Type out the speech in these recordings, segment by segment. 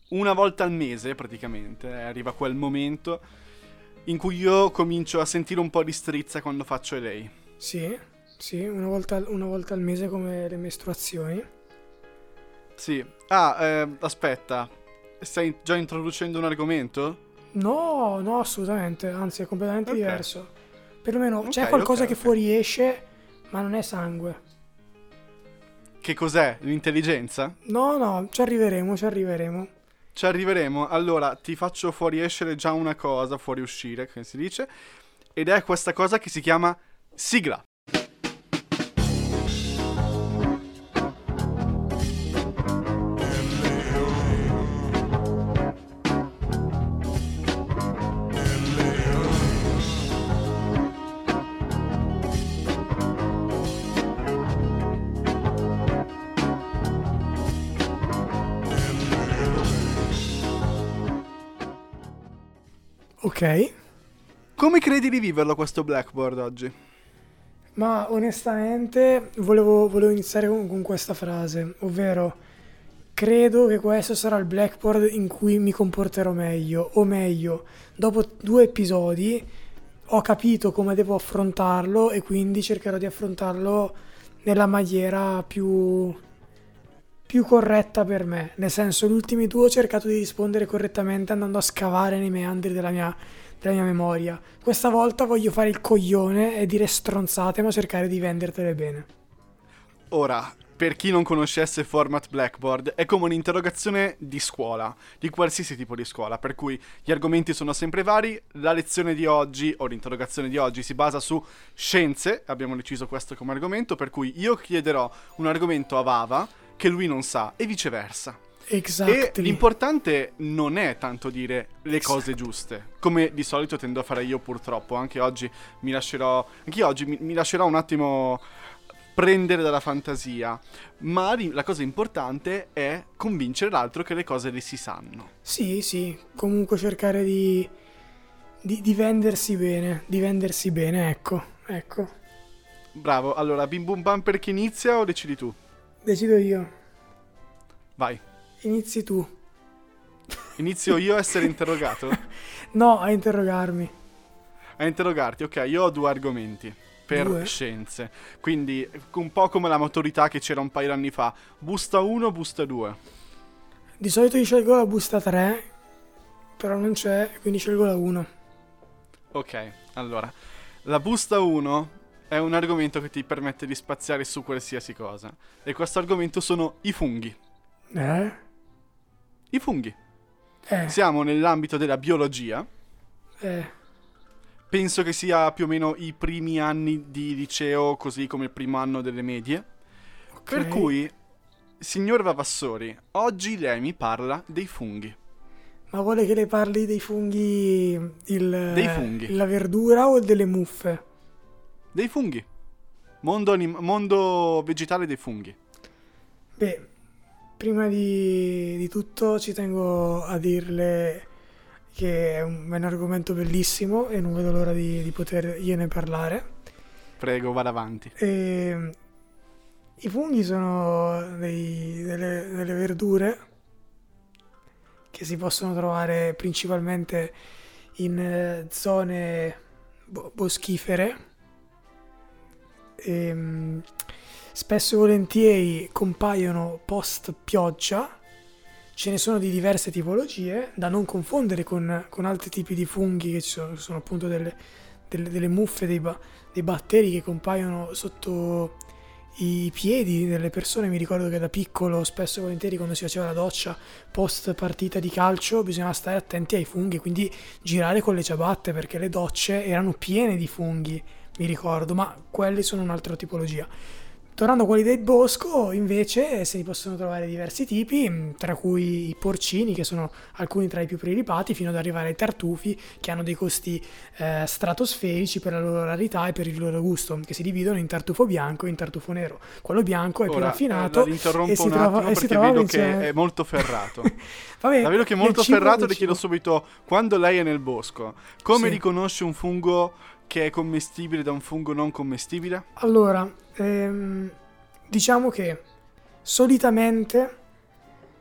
una volta al mese praticamente, arriva quel momento in cui io comincio a sentire un po' di strizza quando faccio lei. Sì, sì, una volta al mese come le mestruazioni. Sì. Aspetta, stai già introducendo un argomento? No, no, assolutamente, anzi è completamente Ok, diverso. Perlomeno ok, c'è ok, qualcosa che ok. fuoriesce, ma non è sangue. Che cos'è? L'intelligenza? No, no, ci arriveremo, ci arriveremo. Ci arriveremo. Allora, ti faccio fuoriescere già una cosa, fuoriuscire, come si dice, ed è questa cosa che si chiama sigla. Ok, Come credi di viverlo questo Blackboard oggi? ma onestamente volevo iniziare con questa frase, ovvero credo che questo sarà il Blackboard in cui mi comporterò meglio, o meglio, dopo 2 episodi ho capito come devo affrontarlo e quindi cercherò di affrontarlo nella maniera più corretta per me. Nel senso, gli ultimi 2 ho cercato di rispondere correttamente andando a scavare nei meandri della mia memoria. Questa volta voglio fare il coglione e dire stronzate, ma cercare di vendertele bene. Ora, per chi non conoscesse il format Blackboard, è come un'interrogazione di scuola, di qualsiasi tipo di scuola, per cui gli argomenti sono sempre vari, la lezione di oggi o l'interrogazione di oggi si basa su scienze, abbiamo deciso questo come argomento, per cui io chiederò un argomento a Vava che lui non sa e viceversa. E Exactly. l'importante non è tanto dire le cose giuste, come di solito tendo a fare io purtroppo, anche oggi mi lascerò un attimo prendere dalla fantasia, ma la cosa importante è convincere l'altro che le cose le si sanno. Sì, sì, comunque cercare di vendersi bene, ecco, ecco. Bravo, allora bim bum bam perché inizia o decidi tu? Decido io. Vai, Inizi tu. inizio io a essere interrogato? No, a interrogarmi. A interrogarti, ok, io ho 2 argomenti per 2? scienze, quindi un po' come la maturità che c'era un paio d'anni fa, busta 1, busta 2. Di solito io scelgo la busta 3, però non c'è, quindi scelgo la 1. Ok, allora, la busta 1 è un argomento che ti permette di spaziare su qualsiasi cosa, e questo argomento sono i funghi. Eh? I funghi. Eh, Siamo nell'ambito della biologia. eh. Penso che sia più o meno i primi anni di liceo, così come il primo anno delle medie. Ok. Per cui, signor Vavassori, oggi lei mi parla dei funghi. Ma vuole che le parli dei funghi, Dei funghi. la verdura o delle muffe? Dei funghi. Mondo vegetale dei funghi. Beh, prima di tutto ci tengo a dirle che è un argomento bellissimo e non vedo l'ora di potergliene parlare. Prego, vada avanti. E i funghi sono delle verdure che si possono trovare principalmente in zone boschifere. Spesso e volentieri compaiono post pioggia. Ce ne sono di diverse tipologie, da non confondere con altri tipi di funghi che sono appunto delle muffe, dei batteri che compaiono sotto i piedi delle persone. Mi ricordo che da piccolo, spesso e volentieri, quando si faceva la doccia post partita di calcio, bisognava stare attenti ai funghi, quindi girare con le ciabatte perché le docce erano piene di funghi, mi ricordo, ma quelli sono un'altra tipologia. Tornando a quelli del bosco, invece, se ne possono trovare diversi tipi, tra cui i porcini, che sono alcuni tra i più prelibati, fino ad arrivare ai tartufi, che hanno dei costi stratosferici per la loro rarità e per il loro gusto, che si dividono in tartufo bianco e in tartufo nero. Quello bianco è più Ora, raffinato la e interrompo si un trova, attimo e si perché trova vedo insieme. che è molto ferrato. Vabbè, La vedo che è del molto cibo, ferrato, del le chiedo cibo. subito, quando lei è nel bosco, come Sì. riconosce un fungo che è commestibile da un fungo non commestibile? Allora, diciamo che solitamente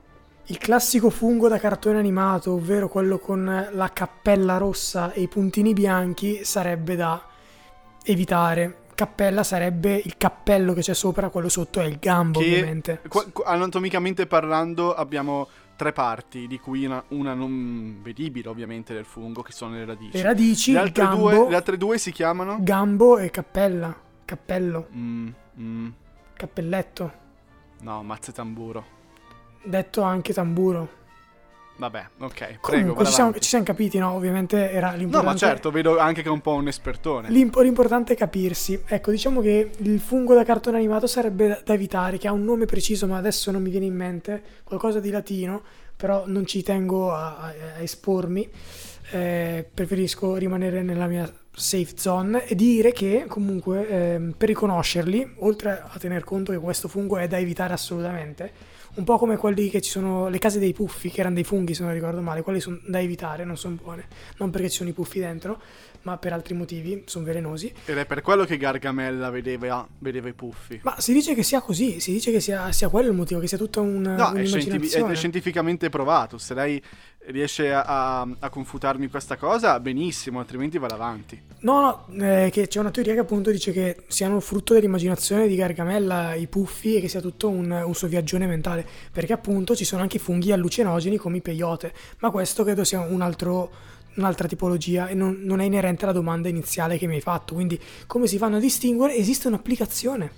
Il classico fungo da cartone animato, ovvero quello con la cappella rossa e i puntini bianchi, sarebbe da evitare. Cappella sarebbe il cappello che c'è sopra, quello sotto è il gambo, ovviamente. Anatomicamente parlando abbiamo 3 parti, di cui una non vedibile ovviamente del fungo, che sono le radici. Le radici, le il altre gambo, le altre 2 si chiamano? Gambo e cappella. Cappello. Cappelletto. No, mazze tamburo. Detto anche tamburo. Vabbè, ok, prego, Comunque vada ci siamo capiti, no? Ovviamente era l'importante. No, ma certo, vedo anche che è un po' un espertone. L'importante è capirsi. Ecco, diciamo che il fungo da cartone animato sarebbe da evitare, che ha un nome preciso, ma adesso non mi viene in mente, qualcosa di latino, però non ci tengo a espormi. Preferisco rimanere nella mia safe zone e dire che comunque per riconoscerli, oltre a tener conto che questo fungo è da evitare assolutamente, un po' come quelli che ci sono, le case dei puffi, che erano dei funghi se non ricordo male, quelli sono da evitare, non sono buone, non perché ci sono i puffi dentro, ma per altri motivi, sono velenosi. Ed è per quello che Gargamella vedeva i puffi. Ma si dice che sia così, si dice che sia quello il motivo, che sia tutta un'immaginazione. È scientificamente provato. Se lei riesce a confutarmi questa cosa, benissimo, altrimenti vado avanti. No, che c'è una teoria che appunto dice che siano frutto dell'immaginazione di Gargamella i puffi e che sia tutto un suo viaggione mentale, perché appunto ci sono anche funghi allucinogeni come i peyote, ma questo credo sia un'altra tipologia e non è inerente alla domanda iniziale che mi hai fatto. Quindi come si fanno a distinguere? Esiste un'applicazione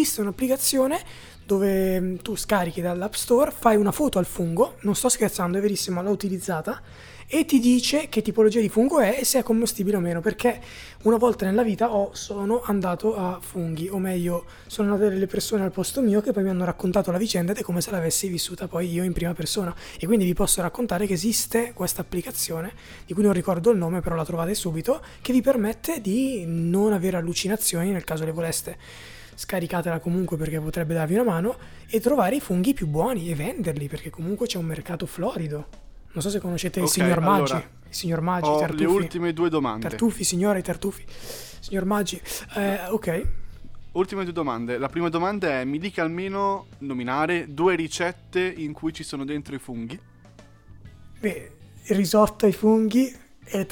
dove tu scarichi dall'App Store, fai una foto al fungo, non sto scherzando, è verissimo, l'ho utilizzata, e ti dice che tipologia di fungo è e se è commestibile o meno, perché una volta nella vita sono andato a funghi, o meglio sono andate delle persone al posto mio che poi mi hanno raccontato la vicenda ed è come se l'avessi vissuta poi io in prima persona, e quindi vi posso raccontare che esiste questa applicazione di cui non ricordo il nome, però la trovate subito, che vi permette di non avere allucinazioni nel caso le voleste. Scaricatela comunque perché potrebbe darvi una mano e trovare i funghi più buoni e venderli, perché comunque c'è un mercato florido. Non so se conoscete il signor Maggi. Allora, Il signor Maggi, ho Tartufi. le ultime 2 domande. Tartufi, signore, Tartufi. Signor Maggi. Ok. Ultime 2 domande. La prima domanda è: mi dica almeno nominare 2 ricette in cui ci sono dentro i funghi. Beh, il risotto ai funghi e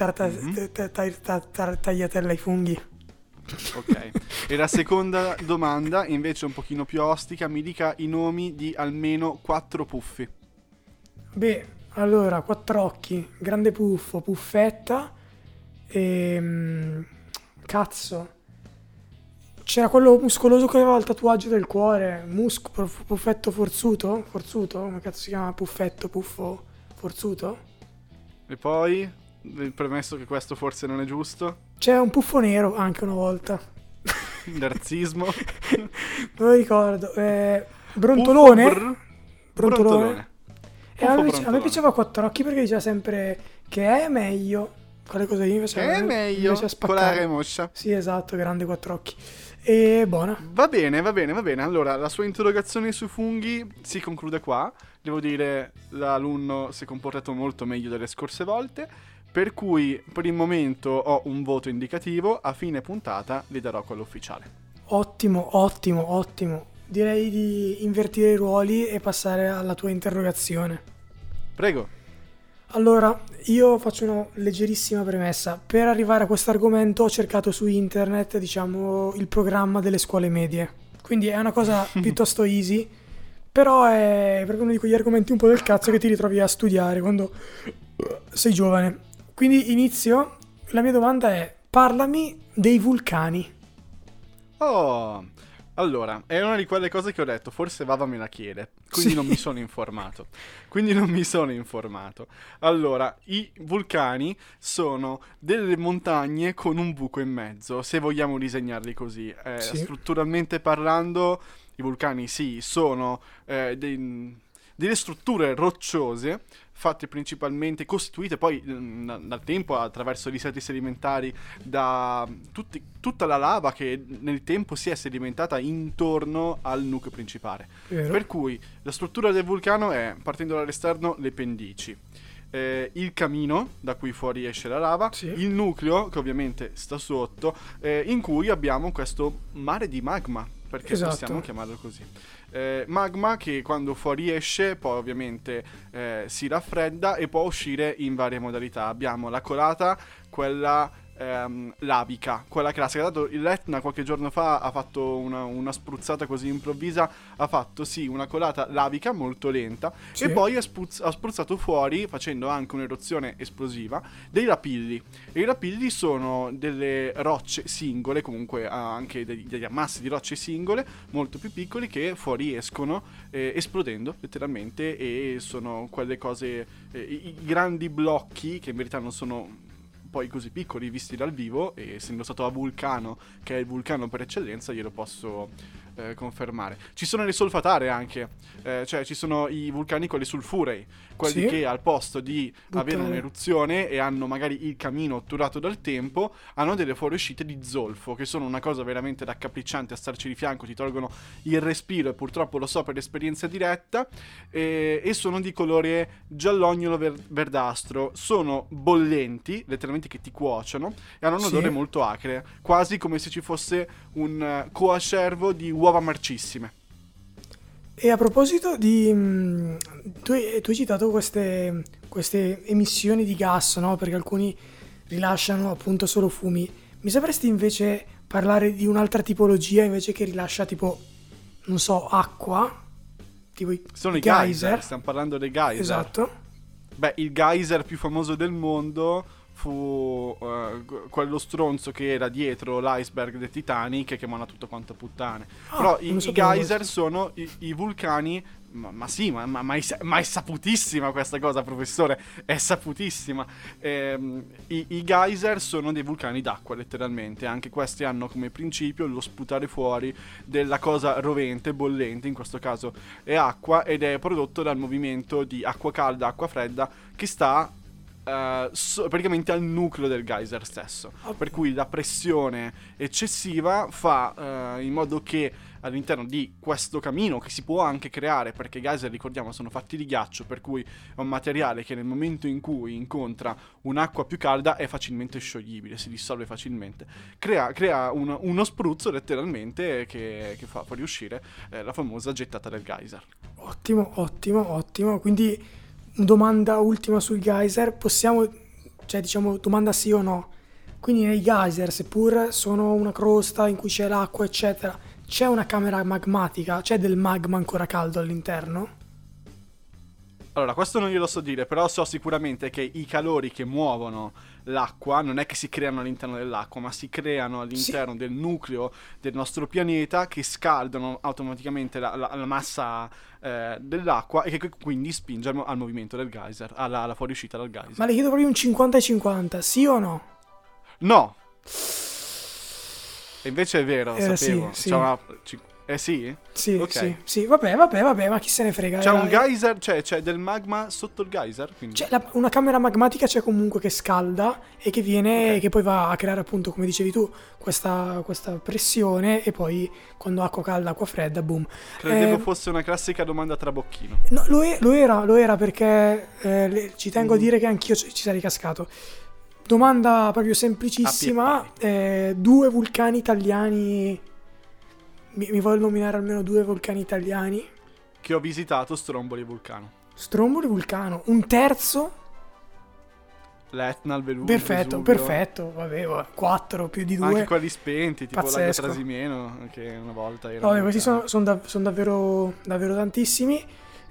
tagliatella ai funghi. Ok. E la seconda domanda, invece un pochino più ostica, mi dica i nomi di almeno 4 puffi. Beh, allora, 4 occhi, grande puffo, puffetta e... cazzo. C'era quello muscoloso che aveva il tatuaggio del cuore, puffetto forzuto? Forzuto? Come cazzo si chiama? Puffetto, puffo, forzuto? E poi, premesso che questo forse non è giusto, C'è un puffo nero anche una volta. narzismo. Non lo ricordo. Brontolone? Puffo Brontolone. E a me Brontolone. piaceva 4 occhi perché diceva sempre che è meglio. Quelle cose lì mi Che è meglio con la remoscia. Sì, esatto, grande 4 occhi. E buona. Va bene. Allora, la sua interrogazione sui funghi si conclude qua. Devo dire, l'alunno si è comportato molto meglio delle scorse volte. Per cui, per il momento, ho un voto indicativo. A fine puntata gli darò quello ufficiale. Ottimo. Direi di invertire i ruoli e passare alla tua interrogazione. Prego. Allora, io faccio una leggerissima premessa. Per arrivare a questo argomento ho cercato su internet, diciamo, il programma delle scuole medie. Quindi è una cosa piuttosto easy, però è proprio uno di quegli argomenti un po' del cazzo che ti ritrovi a studiare quando sei giovane. Quindi inizio. La mia domanda è: parlami dei vulcani. Oh, allora, è una di quelle cose che ho detto, forse Vava me la chiede, quindi Sì. non mi sono informato. Allora, i vulcani sono delle montagne con un buco in mezzo, se vogliamo disegnarli così. Sì. Strutturalmente parlando, i vulcani sì, sono delle strutture rocciose fatte principalmente, costituite poi dal tempo attraverso distretti sedimentari da tutta la lava che nel tempo si è sedimentata intorno al nucleo principale. Vero? Per cui la struttura del vulcano è, partendo dall'esterno, le pendici, il camino da cui fuori esce la lava, Sì. il nucleo che ovviamente sta sotto, in cui abbiamo questo mare di magma perché Esatto. possiamo chiamarlo così. Magma che quando fuoriesce poi ovviamente si raffredda e può uscire in varie modalità. Abbiamo la colata, quella lavica, quella classica. Dato l'Etna qualche giorno fa ha fatto una spruzzata così improvvisa, ha fatto sì una colata lavica molto lenta, Sì. e poi ha spruzzato fuori, facendo anche un'eruzione esplosiva, dei rapilli. E i rapilli sono delle rocce singole, comunque anche degli ammassi di rocce singole molto più piccoli, che fuoriescono esplodendo letteralmente, e sono quelle cose, i grandi blocchi che in verità non sono poi così piccoli visti dal vivo, e essendo stato a Vulcano, che è il vulcano per eccellenza, glielo posso confermare. Ci sono le solfatare anche, cioè ci sono i vulcani quelli sulfurei, quelli Sì. che al posto di avere Buttare. un'eruzione e hanno magari il camino otturato dal tempo, hanno delle fuoriuscite di zolfo, che sono una cosa veramente raccapricciante a starci di fianco, ti tolgono il respiro, e purtroppo lo so per esperienza diretta, e sono di colore giallognolo verdastro, sono bollenti, letteralmente che ti cuociono, e hanno un Sì. odore molto acre, quasi come se ci fosse un coacervo di uova marcissime. E a proposito di... tu hai citato queste emissioni di gas, no? Perché alcuni rilasciano appunto solo fumi. Mi sapresti invece parlare di un'altra tipologia invece che rilascia tipo, non so, acqua? Tipo Sono i geyser, stiamo parlando dei geyser. Esatto. Beh, il geyser più famoso del mondo fu quello stronzo che era dietro l'iceberg del Titanic, che manda tutto quanto a puttane. Però non lo i sapevo geyser questo. sono i vulcani. Ma sì, ma è saputissima questa cosa, professore. È saputissima. I geyser sono dei vulcani d'acqua, letteralmente. Anche questi hanno come principio lo sputare fuori della cosa rovente, bollente, in questo caso è acqua, ed è prodotto dal movimento di acqua calda, acqua fredda, che sta praticamente al nucleo del geyser stesso. Per cui la pressione eccessiva fa in modo che all'interno di questo camino, che si può anche creare, perché i geyser, ricordiamo, sono fatti di ghiaccio, per cui è un materiale che nel momento in cui incontra un'acqua più calda è facilmente scioglibile, si dissolve facilmente, crea uno spruzzo letteralmente che fa fuoriuscire la famosa gettata del geyser. Ottimo, ottimo, ottimo. Quindi domanda ultima sui geyser, possiamo, cioè diciamo domanda sì o no. Quindi nei geyser, seppur sono una crosta in cui c'è l'acqua, eccetera, c'è una camera magmatica, c'è del magma ancora caldo all'interno? Allora, questo non glielo so dire, però so sicuramente che i calori che muovono l'acqua non è che si creano all'interno dell'acqua, ma si creano all'interno del nucleo del nostro pianeta, che scaldano automaticamente la massa dell'acqua, e che quindi spinge al movimento del geyser, alla fuoriuscita dal geyser. Ma le chiedo proprio un 50-50, sì o no? No! E invece è vero, sapevo. Sì. C'è una... sì? Sì, Ok. sì, vabbè, ma chi se ne frega. C'è un geyser, c'è del magma sotto il geyser, quindi. C'è una camera magmatica, c'è comunque, che scalda e che viene, che poi va a creare appunto, come dicevi tu, questa pressione, e poi quando acqua calda, acqua fredda, boom. Credevo fosse una classica domanda trabocchino. No, lo era perché ci tengo a dire che anch'io ci sarei cascato. Domanda proprio semplicissima, 2 vulcani italiani, mi voglio nominare almeno 2 vulcani italiani. Che ho visitato: Stromboli e Vulcano. Stromboli, Vulcano, un terzo? L'Etna, il Vesuvio. Perfetto, vabbè, 4 più di 2. Anche quelli spenti, tipo Lago Pazzesco. Trasimeno, che una volta era. Vabbè, questi sono davvero tantissimi.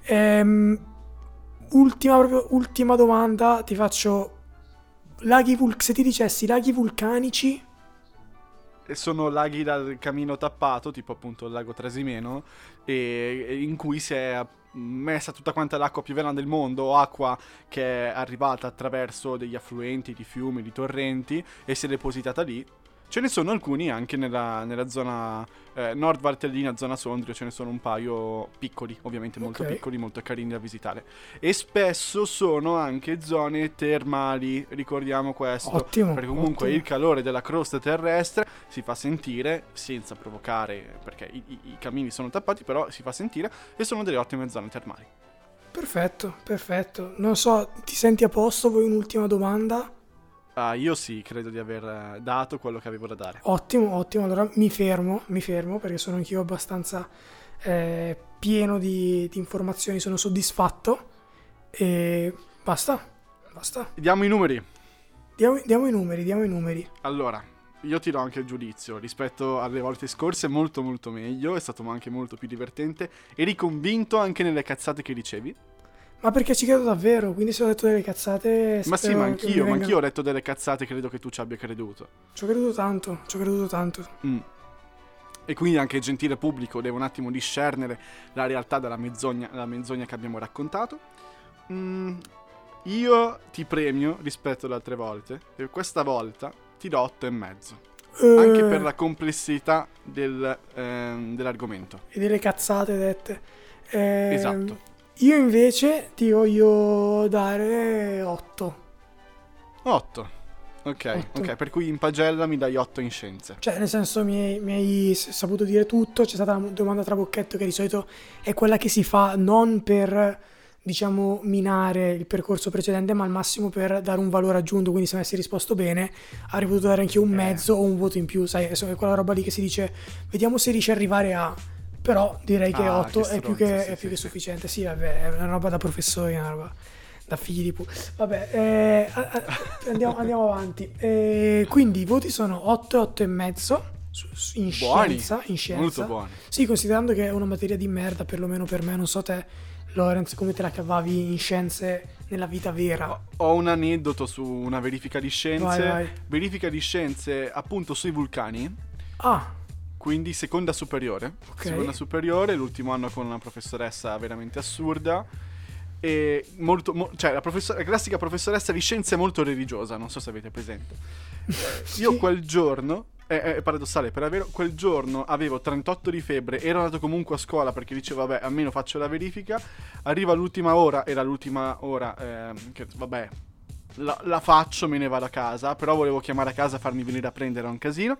Ultima domanda, ti faccio. Se ti dicessi laghi vulcanici, Sono laghi dal camino tappato, tipo appunto il lago Trasimeno, e in cui si è messa tutta quanta l'acqua più velena del mondo, o acqua che è arrivata attraverso degli affluenti di fiumi, di torrenti, e si è depositata lì. Ce ne sono alcuni anche nella zona Nord Valtellina, zona Sondrio, ce ne sono un paio piccoli, ovviamente molto piccoli, molto carini da visitare. E spesso sono anche zone termali, ricordiamo questo. Ottimo, perché comunque ottimo. il calore della crosta terrestre si fa sentire, senza provocare, perché i camini sono tappati, però si fa sentire, e sono delle ottime zone termali. Perfetto. Non so, ti senti a posto? Vuoi un'ultima domanda? Io sì, credo di aver dato quello che avevo da dare. Ottimo, allora mi fermo perché sono anch'io abbastanza pieno di informazioni, sono soddisfatto e basta. Diamo i numeri. Diamo i numeri. Allora, io ti do anche il giudizio. Rispetto alle volte scorse molto molto meglio, è stato anche molto più divertente. Eri convinto anche nelle cazzate che dicevi? Ma perché ci credo davvero, quindi se ho detto delle cazzate... Ma sì, ma anch'io ho detto delle cazzate, credo che tu ci abbia creduto. Ci ho creduto tanto. E quindi anche il gentile pubblico deve un attimo discernere la realtà dalla menzogna che abbiamo raccontato. Io ti premio rispetto alle altre volte, e questa volta ti do 8,5. Anche per la complessità dell'argomento. E delle cazzate dette. Esatto. Io invece ti voglio dare 8. 8. Ok, per cui in pagella mi dai 8 in scienze. Cioè, nel senso, mi hai saputo dire tutto. C'è stata una domanda trabocchetto che di solito è quella che si fa non per, diciamo, minare il percorso precedente, ma al massimo per dare un valore aggiunto. Quindi se avessi risposto bene avrei potuto dare anche un mezzo o un voto in più. Sai, è quella roba lì che si dice vediamo se riesci a arrivare a... Però direi che 8 è più che sufficiente. Sì, vabbè, è una roba da professori, una roba da figli di vabbè, andiamo avanti. Quindi i voti sono 8 e 8,5 in scienza. Molto buoni. Sì, considerando che è una materia di merda, perlomeno per me. Non so te, Lorenz, come te la cavavi in scienze nella vita vera. Ho un aneddoto su una verifica di scienze. Vai. Verifica di scienze appunto sui vulcani. Quindi seconda superiore. Okay. Seconda superiore, l'ultimo anno con una professoressa veramente assurda. E cioè la classica professoressa di scienze molto religiosa, non so se avete presente. Sì. Io quel giorno, è paradossale per avere, quel giorno avevo 38 di febbre, ero andato comunque a scuola perché dicevo vabbè almeno faccio la verifica, arriva l'ultima ora, era l'ultima ora che vabbè la faccio, me ne vado a casa, però volevo chiamare a casa, farmi venire a prendere, era un casino.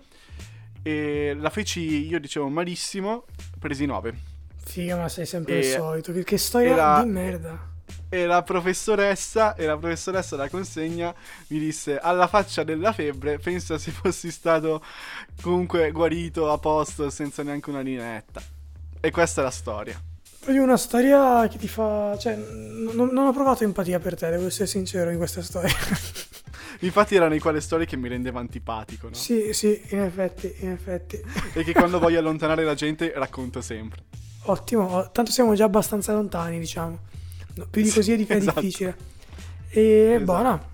E la feci, io dicevo malissimo, presi 9. Figa, ma sei sempre il solito. Che storia di merda. E la professoressa della consegna mi disse alla faccia della febbre, pensa se fossi stato comunque guarito a posto senza neanche una lineetta. E questa è la storia. Proprio una storia che ti fa... Cioè, non ho provato empatia per te, devo essere sincero in questa storia. Infatti erano quelle storie che mi rendeva antipatico, no? Sì, in effetti. E che quando voglio allontanare la gente racconto sempre. Ottimo, tanto siamo già abbastanza lontani, diciamo. No, più di così è Esatto. difficile. E Esatto. buona.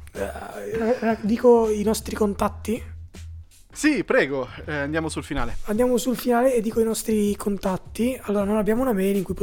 Dico i nostri contatti. Sì, prego, andiamo sul finale. Andiamo sul finale e dico i nostri contatti. Allora, non abbiamo una mail in cui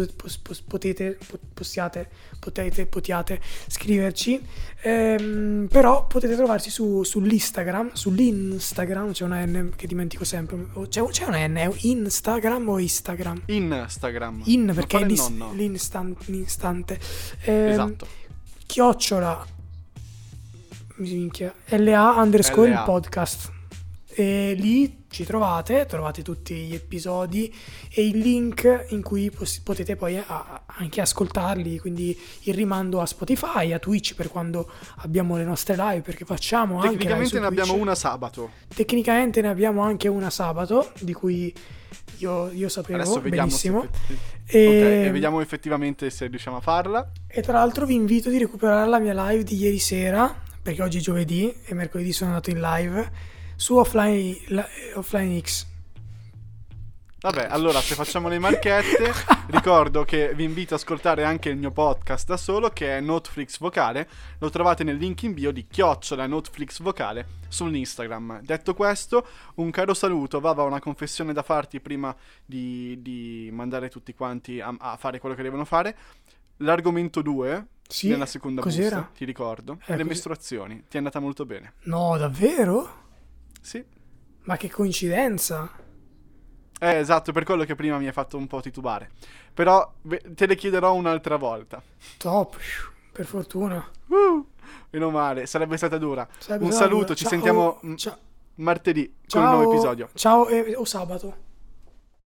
potiate scriverci, però potete trovarci sull'Instagram, c'è una N che dimentico sempre. C'è una N, è Instagram o Instagram? Instagram. Perché è nonno. l'istante. Esatto. Chiocciola minchia, LA_ il podcast. E lì ci trovate tutti gli episodi e il link in cui potete poi anche ascoltarli, quindi il rimando a Spotify, a Twitch per quando abbiamo le nostre live, perché facciamo anche Tecnicamente ne abbiamo Twitch. una sabato. Tecnicamente ne abbiamo anche una sabato, di cui io sapevo. Adesso vediamo benissimo. e vediamo effettivamente se riusciamo a farla. E tra l'altro vi invito di recuperare la mia live di ieri sera, perché oggi è giovedì e mercoledì sono andato in live su Offline X. Vabbè, allora se facciamo le marchette, ricordo che vi invito ad ascoltare anche il mio podcast da solo, che è Noteflix Vocale. Lo trovate nel link in bio di @Noteflix Vocale sull'Instagram. Detto questo, un caro saluto. Vava, una confessione da farti prima di mandare tutti quanti a fare quello che devono fare. L'argomento 2, sì, nella seconda cos'era? busta, ti ricordo, le mestruazioni. Ti è andata molto bene. No, davvero? Sì. Ma che coincidenza. Esatto, per quello che prima mi ha fatto un po' titubare. Però te le chiederò un'altra volta. Top, per fortuna. Meno male, sarebbe stata dura. Sarebbe Un stata saluto, dura. ci sentiamo martedì con un nuovo episodio. Ciao o sabato.